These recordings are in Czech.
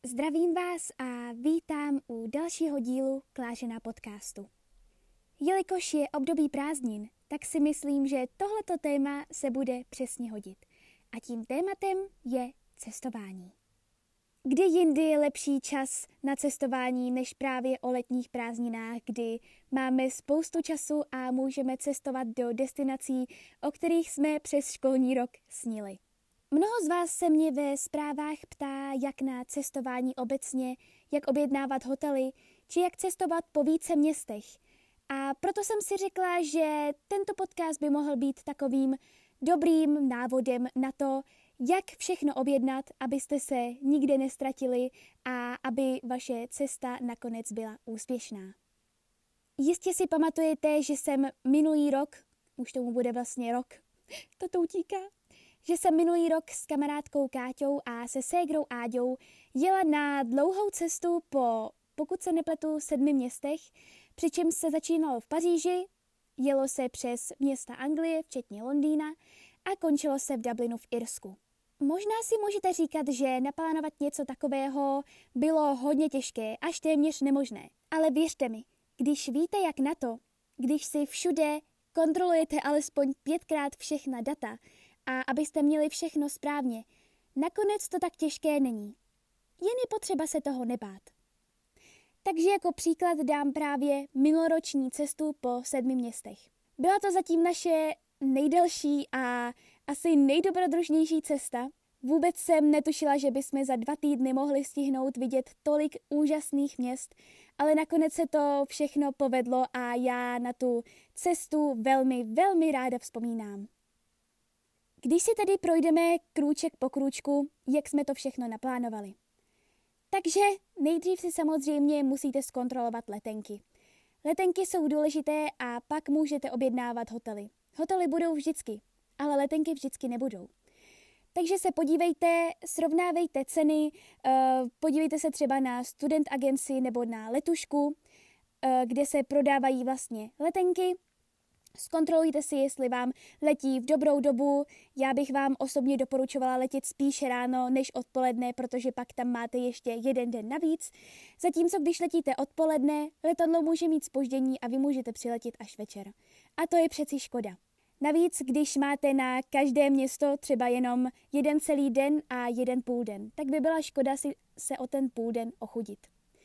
Zdravím vás a vítám u dalšího dílu Klážená podcastu. Jelikož je období prázdnin, tak si myslím, že tohleto téma se bude přesně hodit. A tím tématem je cestování. Kdy jindy je lepší čas na cestování než právě o letních prázdninách, kdy máme spoustu času a můžeme cestovat do destinací, o kterých jsme přes školní rok snili. Mnoho z vás se mě ve zprávách ptá, jak na cestování obecně, jak objednávat hotely, či jak cestovat po více městech. A proto jsem si řekla, že tento podcast by mohl být takovým dobrým návodem na to, jak všechno objednat, abyste se nikde nestratili a aby vaše cesta nakonec byla úspěšná. Jistě si pamatujete, že jsem minulý rok, už tomu bude vlastně rok, to utíká, že jsem minulý rok s kamarádkou Káťou a se ségrou Áďou jela na dlouhou cestu po, pokud se nepletu, 7 městech, přičemž se začínalo v Paříži, jelo se přes města Anglie, včetně Londýna, a končilo se v Dublinu v Irsku. Možná si můžete říkat, že naplánovat něco takového bylo hodně těžké, až téměř nemožné. Ale věřte mi, když víte jak na to, když si všude kontrolujete alespoň 5krát všechna data a abyste měli všechno správně, nakonec to tak těžké není. Jen je potřeba se toho nebát. Takže jako příklad dám právě minuloroční cestu po 7 městech. Byla to zatím naše nejdelší a asi nejdobrodružnější cesta. Vůbec jsem netušila, že bychom za 2 týdny mohli stihnout vidět tolik úžasných měst, ale nakonec se to všechno povedlo a já na tu cestu velmi, velmi ráda vzpomínám. Když si tedy projdeme krůček po krůčku, jak jsme to všechno naplánovali. Takže nejdřív si samozřejmě musíte zkontrolovat letenky. Letenky jsou důležité a pak můžete objednávat hotely. Hotely budou vždycky, ale letenky vždycky nebudou. Takže se podívejte, srovnávejte ceny, podívejte se třeba na Student Agency nebo na Letušku, kde se prodávají vlastně letenky. Zkontrolujte si, jestli vám letí v dobrou dobu. Já bych vám osobně doporučovala letět spíše ráno než odpoledne, protože pak tam máte ještě 1 den navíc. Zatímco když letíte odpoledne, letadlo může mít zpoždění a vy můžete přiletět až večer. A to je přeci škoda. Navíc, když máte na každé město třeba jenom 1 celý den a 1 půl den, tak by byla škoda si se o ten půl den ochudit.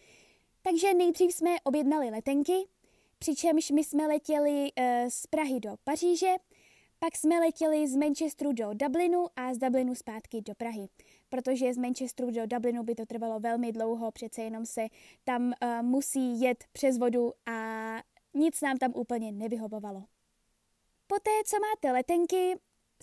Takže nejdřív jsme objednali letenky, přičemž my jsme letěli z Prahy do Paříže, pak jsme letěli z Manchesteru do Dublinu a z Dublinu zpátky do Prahy, protože z Manchesteru do Dublinu by to trvalo velmi dlouho, přece jenom se tam musí jet přes vodu a nic nám tam úplně nevyhovovalo. Poté, co máte letenky,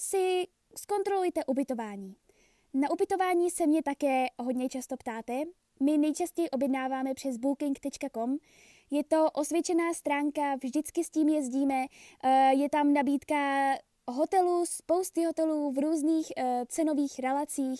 si zkontrolujte ubytování. Na ubytování se mě také hodně často ptáte. My nejčastěji objednáváme přes booking.com. Je to osvědčená stránka, vždycky s tím jezdíme. Je tam nabídka hotelů, spousty hotelů v různých cenových relacích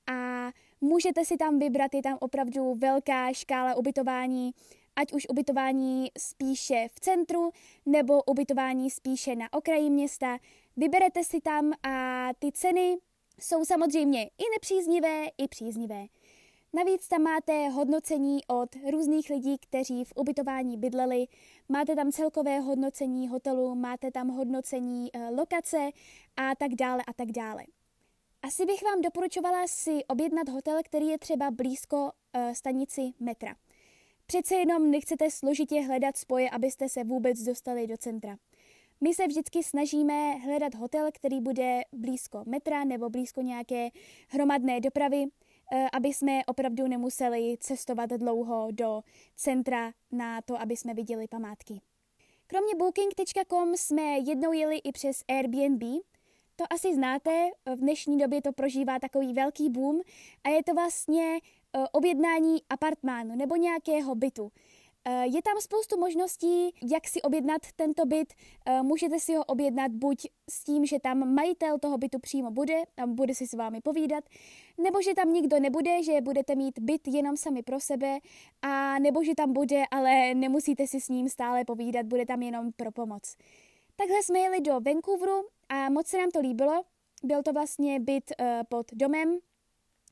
a můžete si tam vybrat, je tam opravdu velká škála ubytování, ať už ubytování spíše v centru, nebo ubytování spíše na okraji města. Vyberete si tam a ty ceny jsou samozřejmě i nepříznivé, i příznivé. Navíc tam máte hodnocení od různých lidí, kteří v ubytování bydleli. Máte tam celkové hodnocení hotelu, máte tam hodnocení lokace a tak dále a tak dále. Asi bych vám doporučovala si objednat hotel, který je třeba blízko stanici metra. Přece jenom nechcete složitě hledat spoje, abyste se vůbec dostali do centra. My se vždycky snažíme hledat hotel, který bude blízko metra nebo blízko nějaké hromadné dopravy, aby jsme opravdu nemuseli cestovat dlouho do centra na to, aby jsme viděli památky. Kromě booking.com jsme jednou jeli i přes Airbnb. To asi znáte, v dnešní době to prožívá takový velký boom a je to vlastně objednání apartmánu nebo nějakého bytu. Je tam spoustu možností, jak si objednat tento byt. Můžete si ho objednat buď s tím, že tam majitel toho bytu přímo bude a bude si s vámi povídat, nebo že tam nikdo nebude, že budete mít byt jenom sami pro sebe, a nebo že tam bude, ale nemusíte si s ním stále povídat, bude tam jenom pro pomoc. Takhle jsme jeli do Vancouveru a moc se nám to líbilo. Byl to vlastně byt pod domem,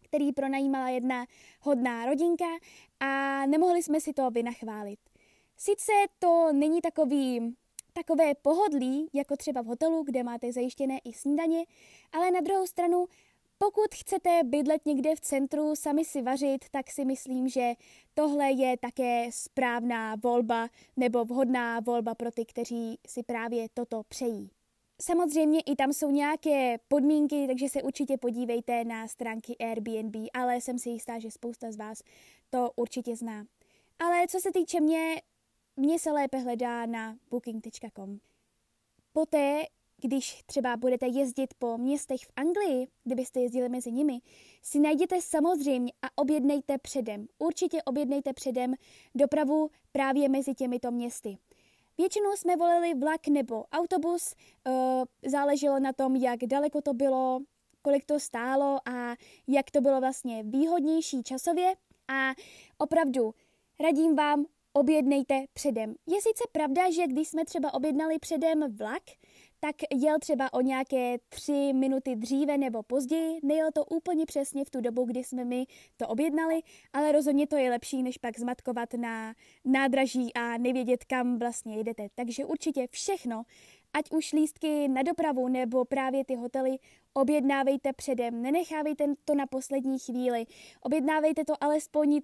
který pronajímala jedna hodná rodinka a nemohli jsme si to vynachválit. Sice to není takové pohodlí, jako třeba v hotelu, kde máte zajištěné i snídaně, ale na druhou stranu, pokud chcete bydlet někde v centru, sami si vařit, tak si myslím, že tohle je také správná volba nebo vhodná volba pro ty, kteří si právě toto přejí. Samozřejmě i tam jsou nějaké podmínky, takže se určitě podívejte na stránky Airbnb, ale jsem si jistá, že spousta z vás to určitě zná. Ale co se týče mě se lépe hledá na booking.com. Poté, když třeba budete jezdit po městech v Anglii, kdybyste jezdili mezi nimi, si najděte samozřejmě a objednejte předem. Určitě objednejte předem dopravu právě mezi těmito městy. Většinou jsme volili vlak nebo autobus, záleželo na tom, jak daleko to bylo, kolik to stálo a jak to bylo vlastně výhodnější časově. A opravdu radím vám, objednejte předem. Je sice pravda, že když jsme třeba objednali předem vlak, tak jel třeba o nějaké 3 minuty dříve nebo později, nejel to úplně přesně v tu dobu, kdy jsme my to objednali, ale rozhodně to je lepší, než pak zmatkovat na nádraží a nevědět, kam vlastně jedete. Takže určitě všechno, ať už lístky na dopravu nebo právě ty hotely, objednávejte předem, nenechávejte to na poslední chvíli, objednávejte to alespoň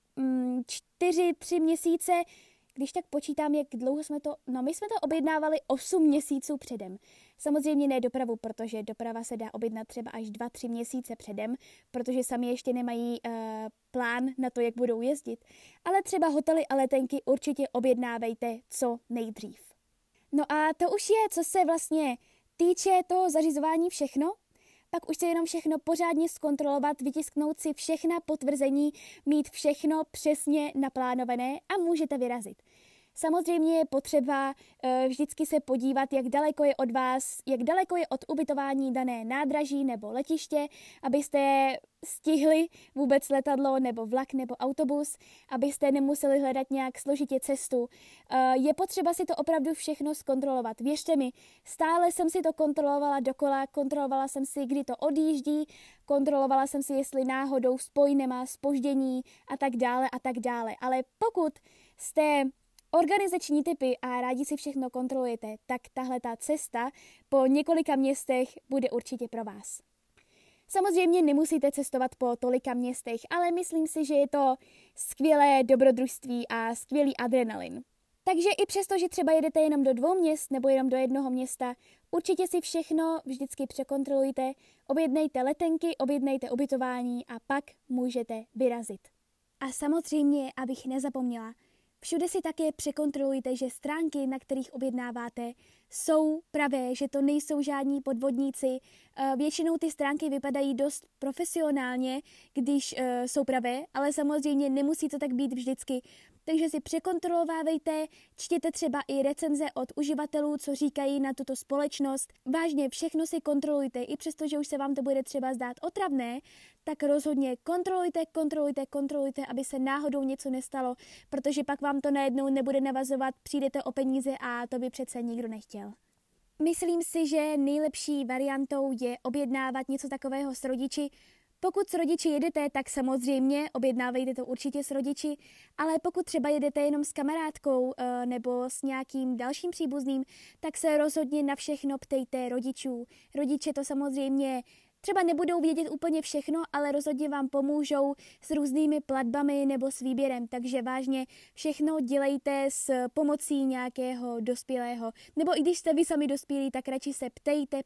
4-3 měsíce, když tak počítám, jak dlouho my jsme to objednávali 8 měsíců předem. Samozřejmě ne dopravu, protože doprava se dá objednat třeba až 2-3 měsíce předem, protože sami ještě nemají plán na to, jak budou jezdit. Ale třeba hotely a letenky určitě objednávejte co nejdřív. No a to už je, co se vlastně týče toho zařizování všechno. Pak už se jenom všechno pořádně zkontrolovat, vytisknout si všechna potvrzení, mít všechno přesně naplánované a můžete vyrazit. Samozřejmě je potřeba vždycky se podívat, jak daleko je od vás, jak daleko je od ubytování dané nádraží nebo letiště, abyste stihli vůbec letadlo nebo vlak nebo autobus, abyste nemuseli hledat nějak složitě cestu. Je potřeba si to opravdu všechno zkontrolovat. Věřte mi, stále jsem si to kontrolovala dokola, kontrolovala jsem si, kdy to odjíždí, kontrolovala jsem si, jestli náhodou spoj nemá zpoždění a tak dále a tak dále. Ale pokud jste organizační typy a rádi si všechno kontrolujete, tak tahle ta cesta po několika městech bude určitě pro vás. Samozřejmě nemusíte cestovat po tolika městech, ale myslím si, že je to skvělé dobrodružství a skvělý adrenalin. Takže i přesto, že třeba jedete jenom do 2 měst nebo jenom do 1 města, určitě si všechno vždycky překontrolujte, objednejte letenky, objednejte ubytování a pak můžete vyrazit. A samozřejmě, abych nezapomněla, všude si také překontrolujte, že stránky, na kterých objednáváte, jsou pravé, že to nejsou žádní podvodníci. Většinou ty stránky vypadají dost profesionálně, když jsou pravé, ale samozřejmě nemusí to tak být vždycky. Takže si překontrolovávejte, čtěte třeba i recenze od uživatelů, co říkají na tuto společnost. Vážně všechno si kontrolujte, i přesto, že už se vám to bude třeba zdát otravné, tak rozhodně kontrolujte, aby se náhodou něco nestalo, protože pak vám to najednou nebude navazovat, přijdete o peníze a to by přece nikdo nechtěl. Myslím si, že nejlepší variantou je objednávat něco takového s rodiči. Pokud s rodiči jedete, tak samozřejmě objednávejte to určitě s rodiči, ale pokud třeba jedete jenom s kamarádkou nebo s nějakým dalším příbuzným, tak se rozhodně na všechno ptejte rodičů. Rodiče to samozřejmě třeba nebudou vědět úplně všechno, ale rozhodně vám pomůžou s různými platbami nebo s výběrem, takže vážně všechno dělejte s pomocí nějakého dospělého. Nebo i když jste vy sami dospělí, tak radši se ptejte.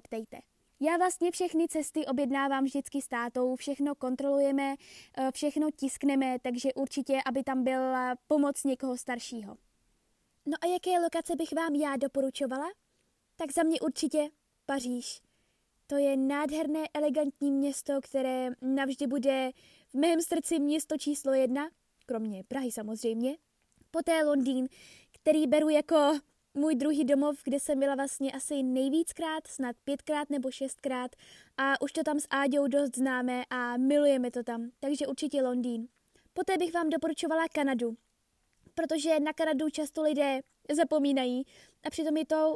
Já vlastně všechny cesty objednávám vždycky s tátou, všechno kontrolujeme, všechno tiskneme, takže určitě, aby tam byla pomoc někoho staršího. No a jaké lokace bych vám já doporučovala? Tak za mě určitě Paříž. To je nádherné, elegantní město, které navždy bude v mém srdci město číslo 1, kromě Prahy samozřejmě. Poté Londýn, který beru jako můj druhý domov, kde jsem byla vlastně asi nejvíckrát, snad 5krát nebo 6krát a už to tam s Áďou dost známe a milujeme to tam, takže určitě Londýn. Poté bych vám doporučovala Kanadu, protože na Kanadu často lidé zapomínají a přitom je to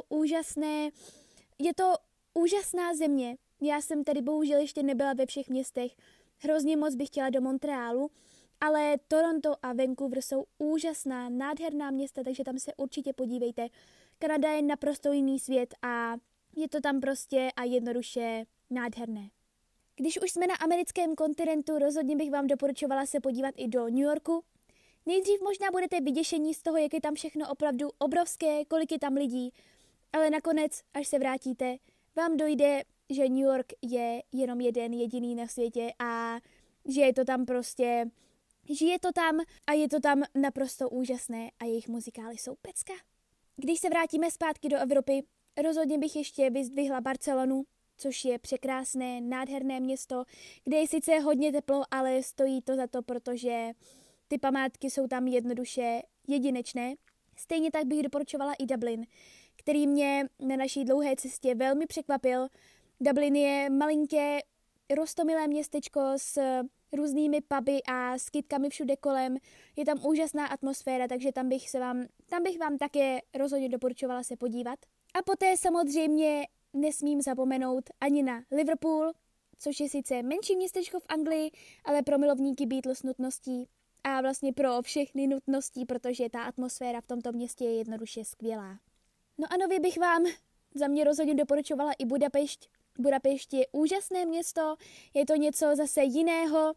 úžasná země. Já jsem tady bohužel ještě nebyla ve všech městech, hrozně moc bych chtěla do Montrealu, ale Toronto a Vancouver jsou úžasná, nádherná města, takže tam se určitě podívejte. Kanada je naprosto jiný svět a je to tam prostě a jednoduše nádherné. Když už jsme na americkém kontinentu, rozhodně bych vám doporučovala se podívat i do New Yorku. Nejdřív možná budete vyděšení z toho, jak je tam všechno opravdu obrovské, kolik je tam lidí, ale nakonec, až se vrátíte, vám dojde, že New York je jenom jeden jediný na světě a že je to tam prostě, žije to tam a je to tam naprosto úžasné a jejich muzikály jsou pecka. Když se vrátíme zpátky do Evropy, rozhodně bych ještě vyzdvihla Barcelonu, což je překrásné, nádherné město, kde je sice hodně teplo, ale stojí to za to, protože ty památky jsou tam jednoduše jedinečné. Stejně tak bych doporučovala i Dublin, který mě na naší dlouhé cestě velmi překvapil. Dublin je malinké, roztomilé městečko s různými puby a s kytkami všude kolem. Je tam úžasná atmosféra, takže tam bych vám také rozhodně doporučovala se podívat. A poté samozřejmě nesmím zapomenout ani na Liverpool, což je sice menší městečko v Anglii, ale pro milovníky Beatles nutností a vlastně pro všechny nutností, protože ta atmosféra v tomto městě je jednoduše skvělá. No a nově bych vám za mě rozhodně doporučovala i Budapešť. Budapešť je úžasné město, je to něco zase jiného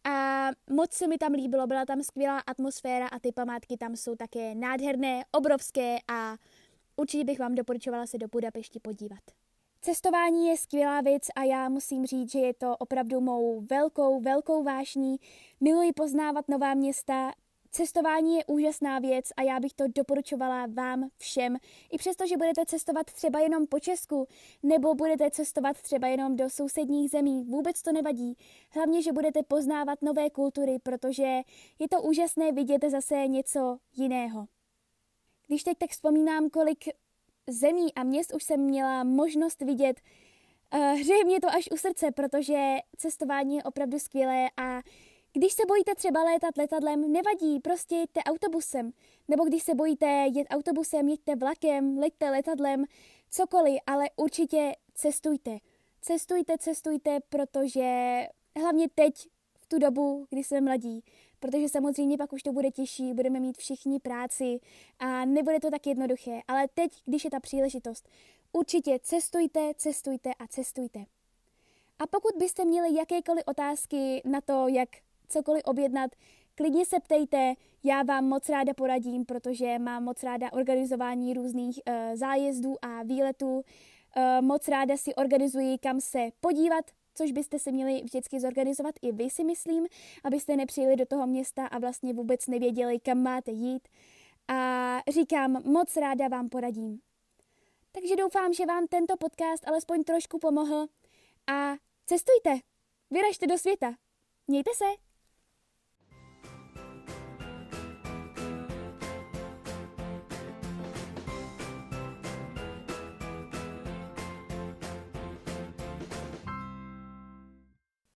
a moc se mi tam líbilo, byla tam skvělá atmosféra a ty památky tam jsou také nádherné, obrovské a určitě bych vám doporučovala se do Budapešti podívat. Cestování je skvělá věc a já musím říct, že je to opravdu mou velkou vášní. Miluji poznávat nová města. Cestování je úžasná věc a já bych to doporučovala vám všem. I přesto, že budete cestovat třeba jenom po Česku, nebo budete cestovat třeba jenom do sousedních zemí, vůbec to nevadí. Hlavně, že budete poznávat nové kultury, protože je to úžasné vidět zase něco jiného. Když teď tak vzpomínám, kolik zemí a měst už jsem měla možnost vidět, hřeje mě to až u srdce, protože cestování je opravdu skvělé a když se bojíte třeba létat letadlem, nevadí, prostě jeďte autobusem. Nebo když se bojíte jet autobusem, jeďte vlakem, leďte letadlem, cokoliv, ale určitě cestujte. Cestujte, protože hlavně teď, v tu dobu, kdy jsme mladí, protože samozřejmě pak už to bude těžší, budeme mít všichni práci a nebude to tak jednoduché. Ale teď, když je ta příležitost, určitě cestujte. A pokud byste měli jakékoliv otázky na to, jak cokoliv objednat, klidně se ptejte, já vám moc ráda poradím, protože mám moc ráda organizování různých zájezdů a výletů. Moc ráda si organizuji, kam se podívat, což byste si měli vždycky zorganizovat i vy, si myslím, abyste nepřijeli do toho města a vlastně vůbec nevěděli, kam máte jít. A říkám, moc ráda vám poradím. Takže doufám, že vám tento podcast alespoň trošku pomohl a cestujte, vyražte do světa. Mějte se!